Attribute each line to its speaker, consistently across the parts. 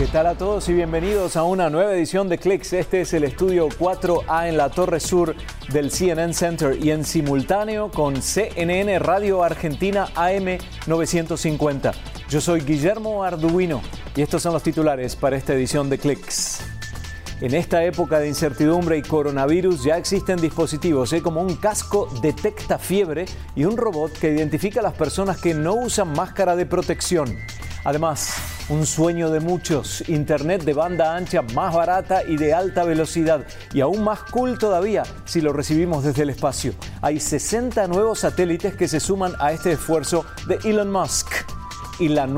Speaker 1: ¿Qué tal a todos y bienvenidos a una nueva edición de Clicks? Este es el estudio 4A en la Torre Sur del CNN Center y en simultáneo con CNN Radio Argentina AM 950. Yo soy Guillermo Arduino y estos son los titulares para esta edición de Clicks. En esta época de incertidumbre y coronavirus ya existen dispositivos como un casco detecta fiebre y un robot que identifica a las personas que no usan máscara de protección. Además, un sueño de muchos, internet de banda ancha más barata y de alta velocidad, y aún más cool todavía si lo recibimos desde el espacio. Hay 60 nuevos satélites que se suman a este esfuerzo de Elon Musk. Y la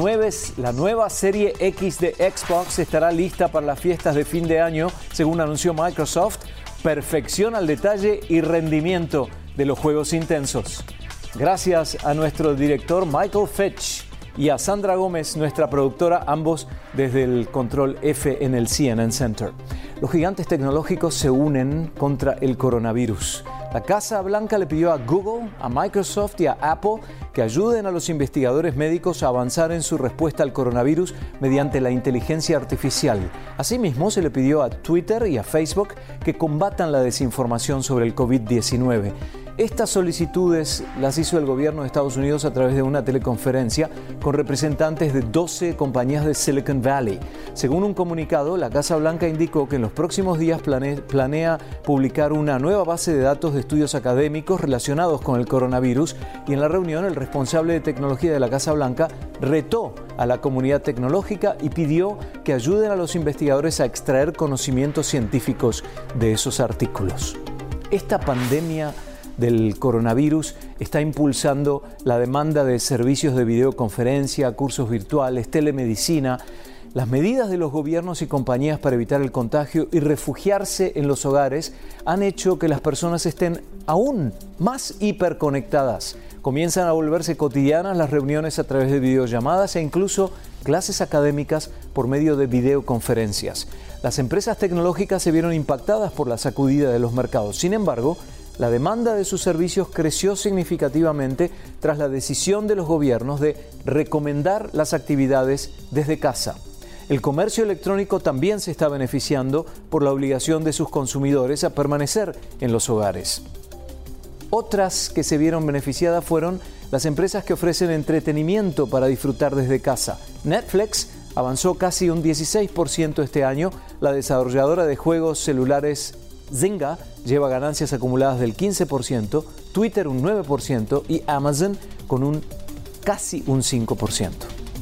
Speaker 1: nueva serie X de Xbox estará lista para las fiestas de fin de año, según anunció Microsoft. Perfección al detalle y rendimiento de los juegos intensos. Gracias a nuestro director Michael Fitch y a Sandra Gómez, nuestra productora, ambos desde el Control F en el CNN Center. Los gigantes tecnológicos se unen contra el coronavirus. La Casa Blanca le pidió a Google, a Microsoft y a Apple que ayuden a los investigadores médicos a avanzar en su respuesta al coronavirus mediante la inteligencia artificial. Asimismo, se le pidió a Twitter y a Facebook que combatan la desinformación sobre el COVID-19. Estas solicitudes las hizo el gobierno de Estados Unidos a través de una teleconferencia con representantes de 12 compañías de Silicon Valley. Según un comunicado, la Casa Blanca indicó que en los próximos días planea publicar una nueva base de datos de estudios académicos relacionados con el coronavirus, y en la reunión el responsable de tecnología de la Casa Blanca retó a la comunidad tecnológica y pidió que ayuden a los investigadores a extraer conocimientos científicos de esos artículos. Esta pandemia del coronavirus está impulsando la demanda de servicios de videoconferencia, cursos virtuales, telemedicina. Las medidas de los gobiernos y compañías para evitar el contagio y refugiarse en los hogares han hecho que las personas estén aún más hiperconectadas. Comienzan a volverse cotidianas las reuniones a través de videollamadas e incluso clases académicas por medio de videoconferencias. Las empresas tecnológicas se vieron impactadas por la sacudida de los mercados. Sin embargo, la demanda de sus servicios creció significativamente tras la decisión de los gobiernos de recomendar las actividades desde casa. El comercio electrónico también se está beneficiando por la obligación de sus consumidores a permanecer en los hogares. Otras que se vieron beneficiadas fueron las empresas que ofrecen entretenimiento para disfrutar desde casa. Netflix avanzó casi un 16% este año. La desarrolladora de juegos celulares Zynga lleva ganancias acumuladas del 15%, Twitter un 9% y Amazon con casi un 5%.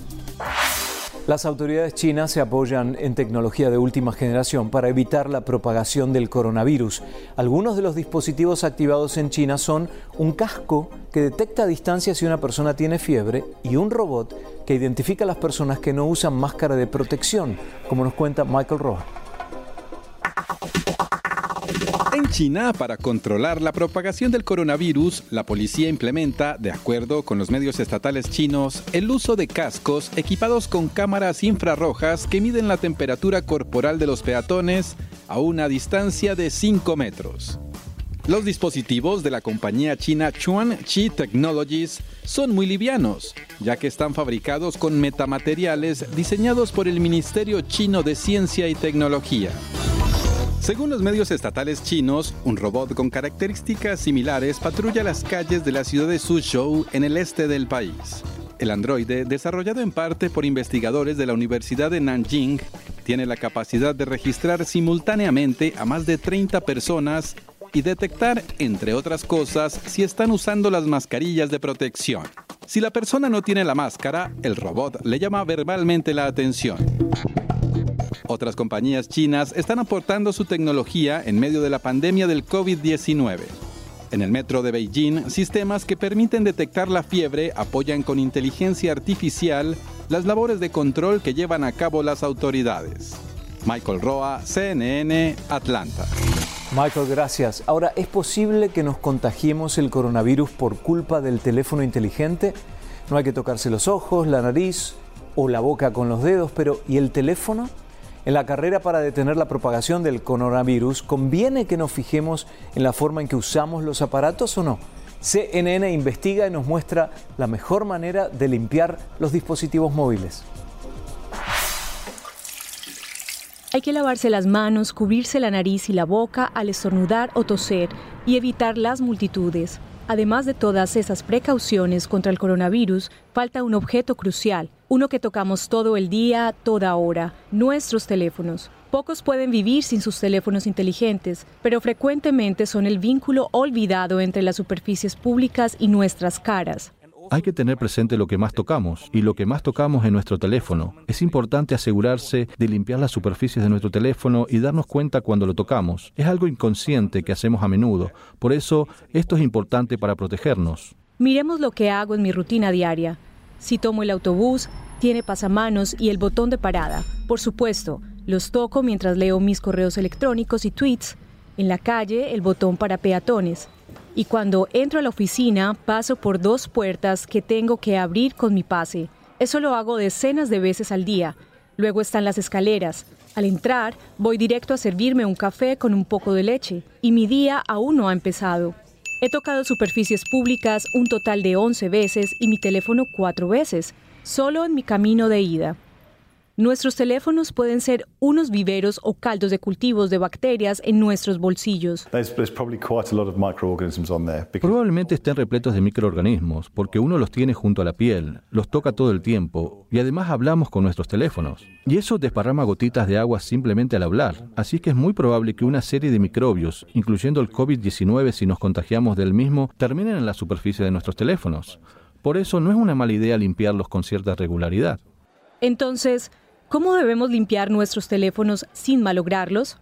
Speaker 1: Las autoridades chinas se apoyan en tecnología de última generación para evitar la propagación del coronavirus. Algunos de los dispositivos activados en China son un casco que detecta a distancia si una persona tiene fiebre y un robot que identifica a las personas que no usan máscara de protección, como nos cuenta Michael Roa.
Speaker 2: En China, para controlar la propagación del coronavirus, la policía implementa, de acuerdo con los medios estatales chinos, el uso de cascos equipados con cámaras infrarrojas que miden la temperatura corporal de los peatones a una distancia de 5 metros. Los dispositivos de la compañía china Chuanchi Technologies son muy livianos, ya que están fabricados con metamateriales diseñados por el Ministerio Chino de Ciencia y Tecnología. Según los medios estatales chinos, un robot con características similares patrulla las calles de la ciudad de Suzhou en el este del país. El androide, desarrollado en parte por investigadores de la Universidad de Nanjing, tiene la capacidad de registrar simultáneamente a más de 30 personas y detectar, entre otras cosas, si están usando las mascarillas de protección. Si la persona no tiene la máscara, el robot le llama verbalmente la atención. Otras compañías chinas están aportando su tecnología en medio de la pandemia del COVID-19. En el metro de Beijing, sistemas que permiten detectar la fiebre apoyan con inteligencia artificial las labores de control que llevan a cabo las autoridades. Michael Roa, CNN, Atlanta.
Speaker 1: Michael, gracias. Ahora, ¿es posible que nos contagiemos el coronavirus por culpa del teléfono inteligente? No hay que tocarse los ojos, la nariz o la boca con los dedos, pero ¿y el teléfono? En la carrera para detener la propagación del coronavirus, ¿conviene que nos fijemos en la forma en que usamos los aparatos o no? CNN investiga y nos muestra la mejor manera de limpiar los dispositivos móviles.
Speaker 3: Hay que lavarse las manos, cubrirse la nariz y la boca al estornudar o toser y evitar las multitudes. Además de todas esas precauciones contra el coronavirus, falta un objeto crucial, uno que tocamos todo el día, toda hora, nuestros teléfonos. Pocos pueden vivir sin sus teléfonos inteligentes, pero frecuentemente son el vínculo olvidado entre las superficies públicas y nuestras caras.
Speaker 4: Hay que tener presente lo que más tocamos, y lo que más tocamos es nuestro teléfono. Es importante asegurarse de limpiar las superficies de nuestro teléfono y darnos cuenta cuando lo tocamos. Es algo inconsciente que hacemos a menudo. Por eso, esto es importante para protegernos.
Speaker 3: Miremos lo que hago en mi rutina diaria. Si tomo el autobús, tiene pasamanos y el botón de parada. Por supuesto, los toco mientras leo mis correos electrónicos y tweets. En la calle, el botón para peatones. Y cuando entro a la oficina, paso por 2 puertas que tengo que abrir con mi pase. Eso lo hago decenas de veces al día. Luego están las escaleras. Al entrar, voy directo a servirme un café con un poco de leche. Y mi día aún no ha empezado. He tocado superficies públicas un total de 11 veces y mi teléfono 4 veces, solo en mi camino de ida. Nuestros teléfonos pueden ser unos viveros o caldos de cultivos de bacterias en nuestros bolsillos.
Speaker 4: Probablemente estén repletos de microorganismos, porque uno los tiene junto a la piel, los toca todo el tiempo, y además hablamos con nuestros teléfonos. Y eso desparrama gotitas de agua simplemente al hablar, así que es muy probable que una serie de microbios, incluyendo el COVID-19 si nos contagiamos del mismo, terminen en la superficie de nuestros teléfonos. Por eso no es una mala idea limpiarlos con cierta regularidad.
Speaker 3: Entonces, ¿cómo debemos limpiar nuestros teléfonos sin malograrlos?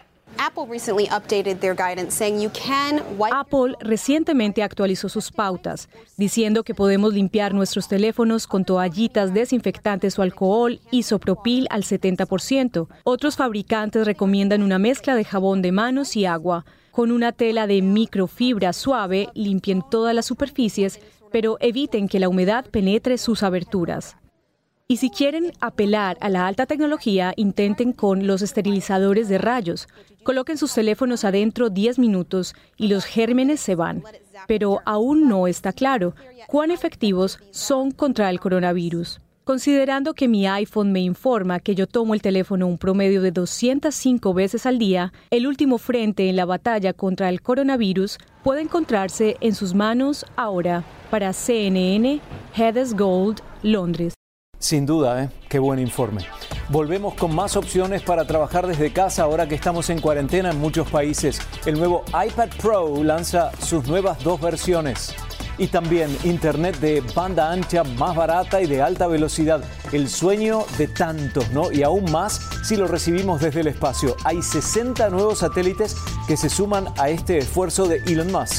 Speaker 3: Apple recientemente actualizó sus pautas, diciendo que podemos limpiar nuestros teléfonos con toallitas desinfectantes o alcohol isopropil al 70%. Otros fabricantes recomiendan una mezcla de jabón de manos y agua. Con una tela de microfibra suave, limpien todas las superficies, pero eviten que la humedad penetre sus aberturas. Y si quieren apelar a la alta tecnología, intenten con los esterilizadores de rayos. Coloquen sus teléfonos adentro 10 minutos y los gérmenes se van. Pero aún no está claro cuán efectivos son contra el coronavirus. Considerando que mi iPhone me informa que yo tomo el teléfono un promedio de 205 veces al día, el último frente en la batalla contra el coronavirus puede encontrarse en sus manos ahora. Para CNN, Heather Gold, Londres.
Speaker 1: Sin duda, qué buen informe. Volvemos con más opciones para trabajar desde casa ahora que estamos en cuarentena en muchos países. El nuevo iPad Pro lanza sus nuevas 2 versiones. Y también internet de banda ancha más barata y de alta velocidad. El sueño de tantos, ¿no? Y aún más si lo recibimos desde el espacio. Hay 60 nuevos satélites que se suman a este esfuerzo de Elon Musk.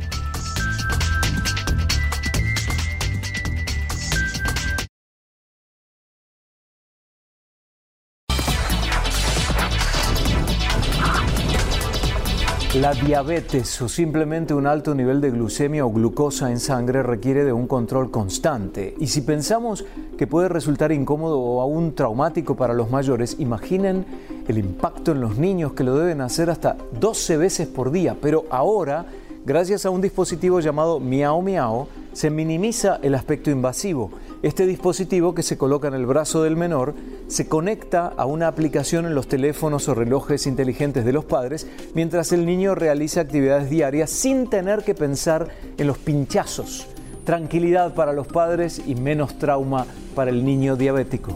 Speaker 1: La diabetes o simplemente un alto nivel de glucemia o glucosa en sangre requiere de un control constante. Y si pensamos que puede resultar incómodo o aún traumático para los mayores, imaginen el impacto en los niños que lo deben hacer hasta 12 veces por día. Pero ahora, gracias a un dispositivo llamado Miao Miao, se minimiza el aspecto invasivo. Este dispositivo, que se coloca en el brazo del menor, se conecta a una aplicación en los teléfonos o relojes inteligentes de los padres mientras el niño realiza actividades diarias sin tener que pensar en los pinchazos. Tranquilidad para los padres y menos trauma para el niño diabético.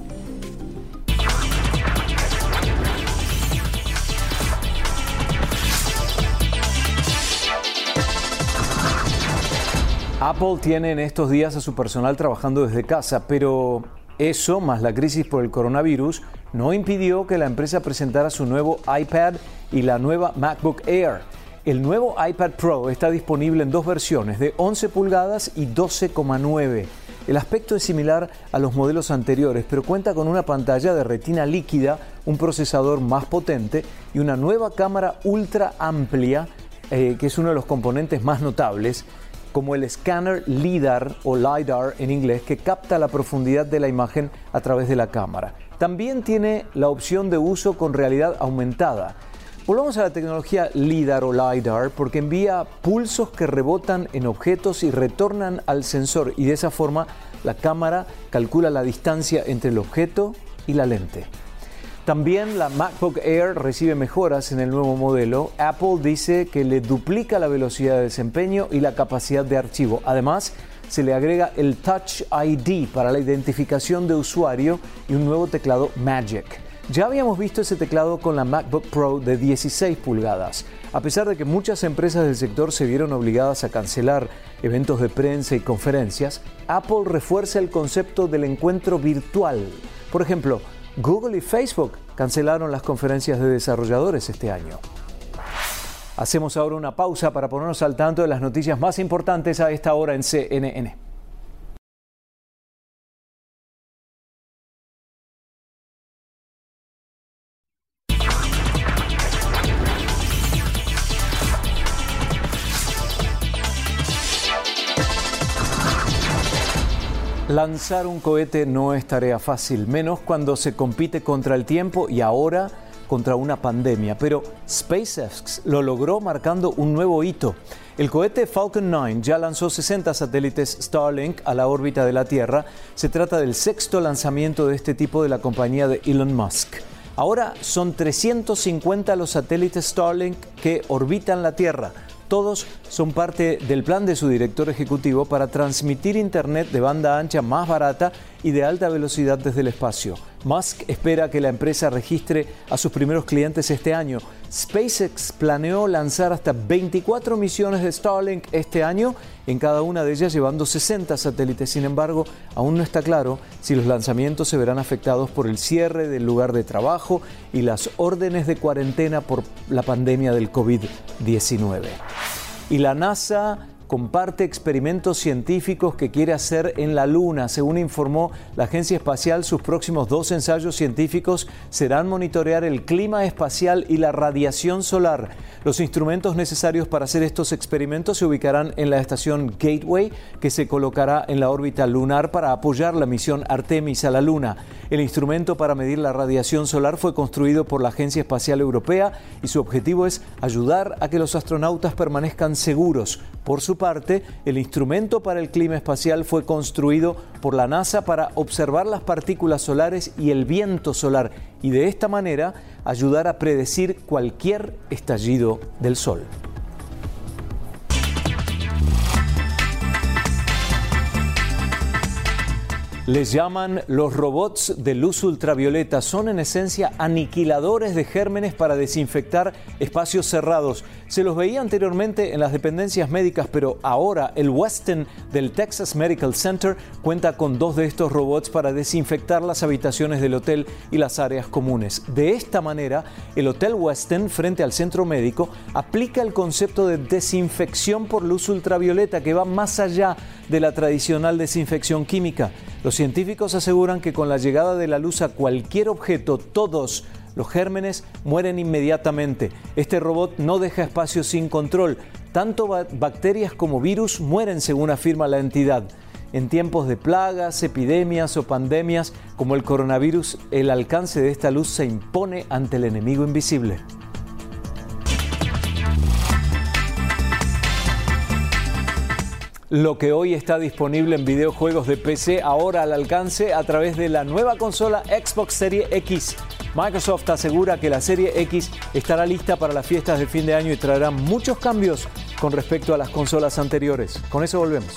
Speaker 1: Apple tiene en estos días a su personal trabajando desde casa, pero eso, más la crisis por el coronavirus, no impidió que la empresa presentara su nuevo iPad y la nueva MacBook Air. El nuevo iPad Pro está disponible en 2 versiones, de 11 pulgadas y 12,9. El aspecto es similar a los modelos anteriores, pero cuenta con una pantalla de retina líquida, un procesador más potente y una nueva cámara ultra amplia, que es uno de los componentes más notables, como el escáner LiDAR o LiDAR en inglés, que capta la profundidad de la imagen a través de la cámara. También tiene la opción de uso con realidad aumentada. Volvamos a la tecnología LiDAR o LiDAR porque envía pulsos que rebotan en objetos y retornan al sensor, y de esa forma la cámara calcula la distancia entre el objeto y la lente. También la MacBook Air recibe mejoras en el nuevo modelo. Apple dice que le duplica la velocidad de desempeño y la capacidad de archivo. Además, se le agrega el Touch ID para la identificación de usuario y un nuevo teclado Magic. Ya habíamos visto ese teclado con la MacBook Pro de 16 pulgadas. A pesar de que muchas empresas del sector se vieron obligadas a cancelar eventos de prensa y conferencias, Apple refuerza el concepto del encuentro virtual. Por ejemplo, Google y Facebook cancelaron las conferencias de desarrolladores este año. Hacemos ahora una pausa para ponernos al tanto de las noticias más importantes a esta hora en CNN. Lanzar un cohete no es tarea fácil, menos cuando se compite contra el tiempo y ahora contra una pandemia. Pero SpaceX lo logró marcando un nuevo hito. El cohete Falcon 9 ya lanzó 60 satélites Starlink a la órbita de la Tierra. Se trata del sexto lanzamiento de este tipo de la compañía de Elon Musk. Ahora son 350 los satélites Starlink que orbitan la Tierra. Todos son parte del plan de su director ejecutivo para transmitir internet de banda ancha más barata y de alta velocidad desde el espacio. Musk espera que la empresa registre a sus primeros clientes este año. SpaceX planeó lanzar hasta 24 misiones de Starlink este año, en cada una de ellas llevando 60 satélites. Sin embargo, aún no está claro si los lanzamientos se verán afectados por el cierre del lugar de trabajo y las órdenes de cuarentena por la pandemia del COVID-19. Y la NASA comparte experimentos científicos que quiere hacer en la Luna. Según informó la Agencia Espacial, sus próximos 2 ensayos científicos serán monitorear el clima espacial y la radiación solar. Los instrumentos necesarios para hacer estos experimentos se ubicarán en la estación Gateway, que se colocará en la órbita lunar para apoyar la misión Artemis a la Luna. El instrumento para medir la radiación solar fue construido por la Agencia Espacial Europea y su objetivo es ayudar a que los astronautas permanezcan seguros. Por su parte, el instrumento para el clima espacial fue construido por la NASA para observar las partículas solares y el viento solar y de esta manera ayudar a predecir cualquier estallido del Sol. Les llaman los robots de luz ultravioleta. Son en esencia aniquiladores de gérmenes para desinfectar espacios cerrados. Se los veía anteriormente en las dependencias médicas, pero ahora el Westin del Texas Medical Center cuenta con 2 de estos robots para desinfectar las habitaciones del hotel y las áreas comunes. De esta manera, el Hotel Westin, frente al centro médico, aplica el concepto de desinfección por luz ultravioleta que va más allá de la tradicional desinfección química. Los científicos aseguran que con la llegada de la luz a cualquier objeto, todos los gérmenes mueren inmediatamente. Este robot no deja espacio sin control. Tanto bacterias como virus mueren, según afirma la entidad. En tiempos de plagas, epidemias o pandemias como el coronavirus, el alcance de esta luz se impone ante el enemigo invisible. Lo que hoy está disponible en videojuegos de PC, ahora al alcance a través de la nueva consola Xbox Series X. Microsoft asegura que la Serie X estará lista para las fiestas de fin de año y traerá muchos cambios con respecto a las consolas anteriores. Con eso volvemos.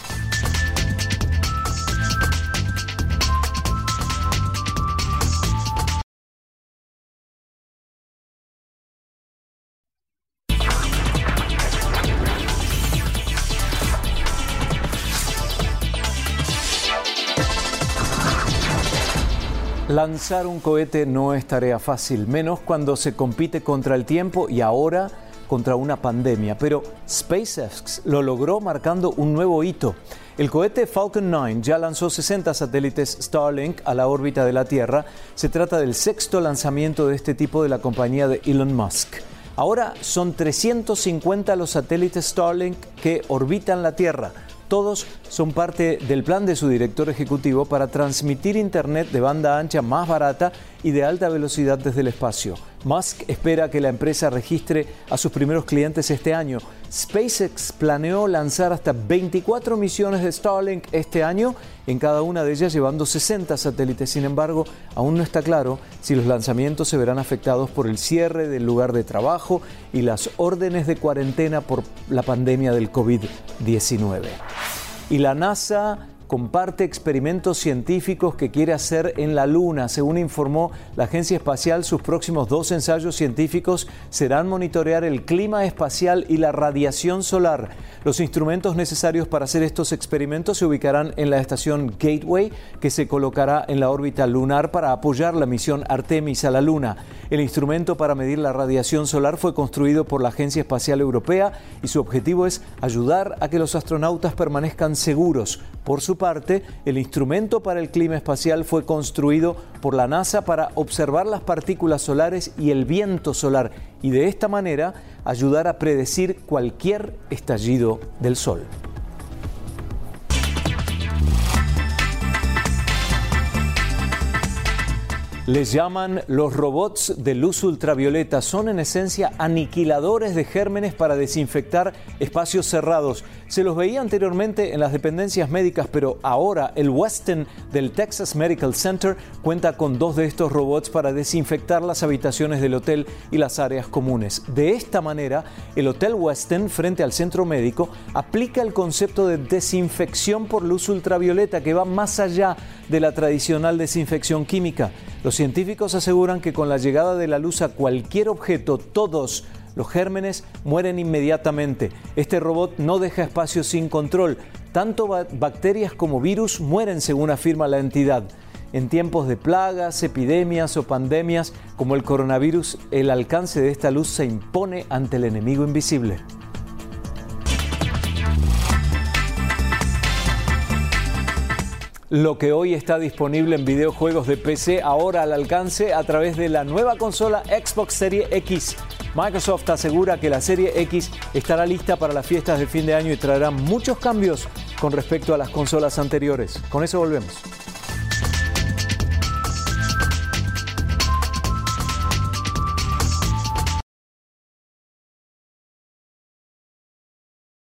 Speaker 1: Lanzar un cohete no es tarea fácil, menos cuando se compite contra el tiempo y ahora contra una pandemia. Pero SpaceX lo logró marcando un nuevo hito. El cohete Falcon 9 ya lanzó 60 satélites Starlink a la órbita de la Tierra. Se trata del sexto lanzamiento de este tipo de la compañía de Elon Musk. Ahora son 350 los satélites Starlink que orbitan la Tierra. Todos son parte del plan de su director ejecutivo para transmitir internet de banda ancha más barata y de alta velocidad desde el espacio. Musk espera que la empresa registre a sus primeros clientes este año. SpaceX planeó lanzar hasta 24 misiones de Starlink este año, en cada una de ellas llevando 60 satélites. Sin embargo, aún no está claro si los lanzamientos se verán afectados por el cierre del lugar de trabajo y las órdenes de cuarentena por la pandemia del COVID-19. Y la NASA comparte experimentos científicos que quiere hacer en la Luna. Según informó la Agencia Espacial, sus próximos 2 ensayos científicos serán monitorear el clima espacial y la radiación solar. Los instrumentos necesarios para hacer estos experimentos se ubicarán en la estación Gateway, que se colocará en la órbita lunar para apoyar la misión Artemis a la Luna. El instrumento para medir la radiación solar fue construido por la Agencia Espacial Europea y su objetivo es ayudar a que los astronautas permanezcan seguros. Por su parte, el instrumento para el clima espacial fue construido por la NASA para observar las partículas solares y el viento solar y de esta manera ayudar a predecir cualquier estallido del Sol. Les llaman los robots de luz ultravioleta. Son en esencia aniquiladores de gérmenes para desinfectar espacios cerrados. Se los veía anteriormente en las dependencias médicas, pero ahora el Westin del Texas Medical Center cuenta con 2 de estos robots para desinfectar las habitaciones del hotel y las áreas comunes. De esta manera, el Hotel Westin, frente al centro médico, aplica el concepto de desinfección por luz ultravioleta que va más allá de la tradicional desinfección química. Los científicos aseguran que con la llegada de la luz a cualquier objeto, todos los gérmenes mueren inmediatamente. Este robot no deja espacio sin control. Tanto bacterias como virus mueren, según afirma la entidad. En tiempos de plagas, epidemias o pandemias como el coronavirus, el alcance de esta luz se impone ante el enemigo invisible. Lo que hoy está disponible en videojuegos de PC, ahora al alcance a través de la nueva consola Xbox Series X. Microsoft asegura que la Serie X estará lista para las fiestas de fin de año y traerá muchos cambios con respecto a las consolas anteriores. Con eso volvemos.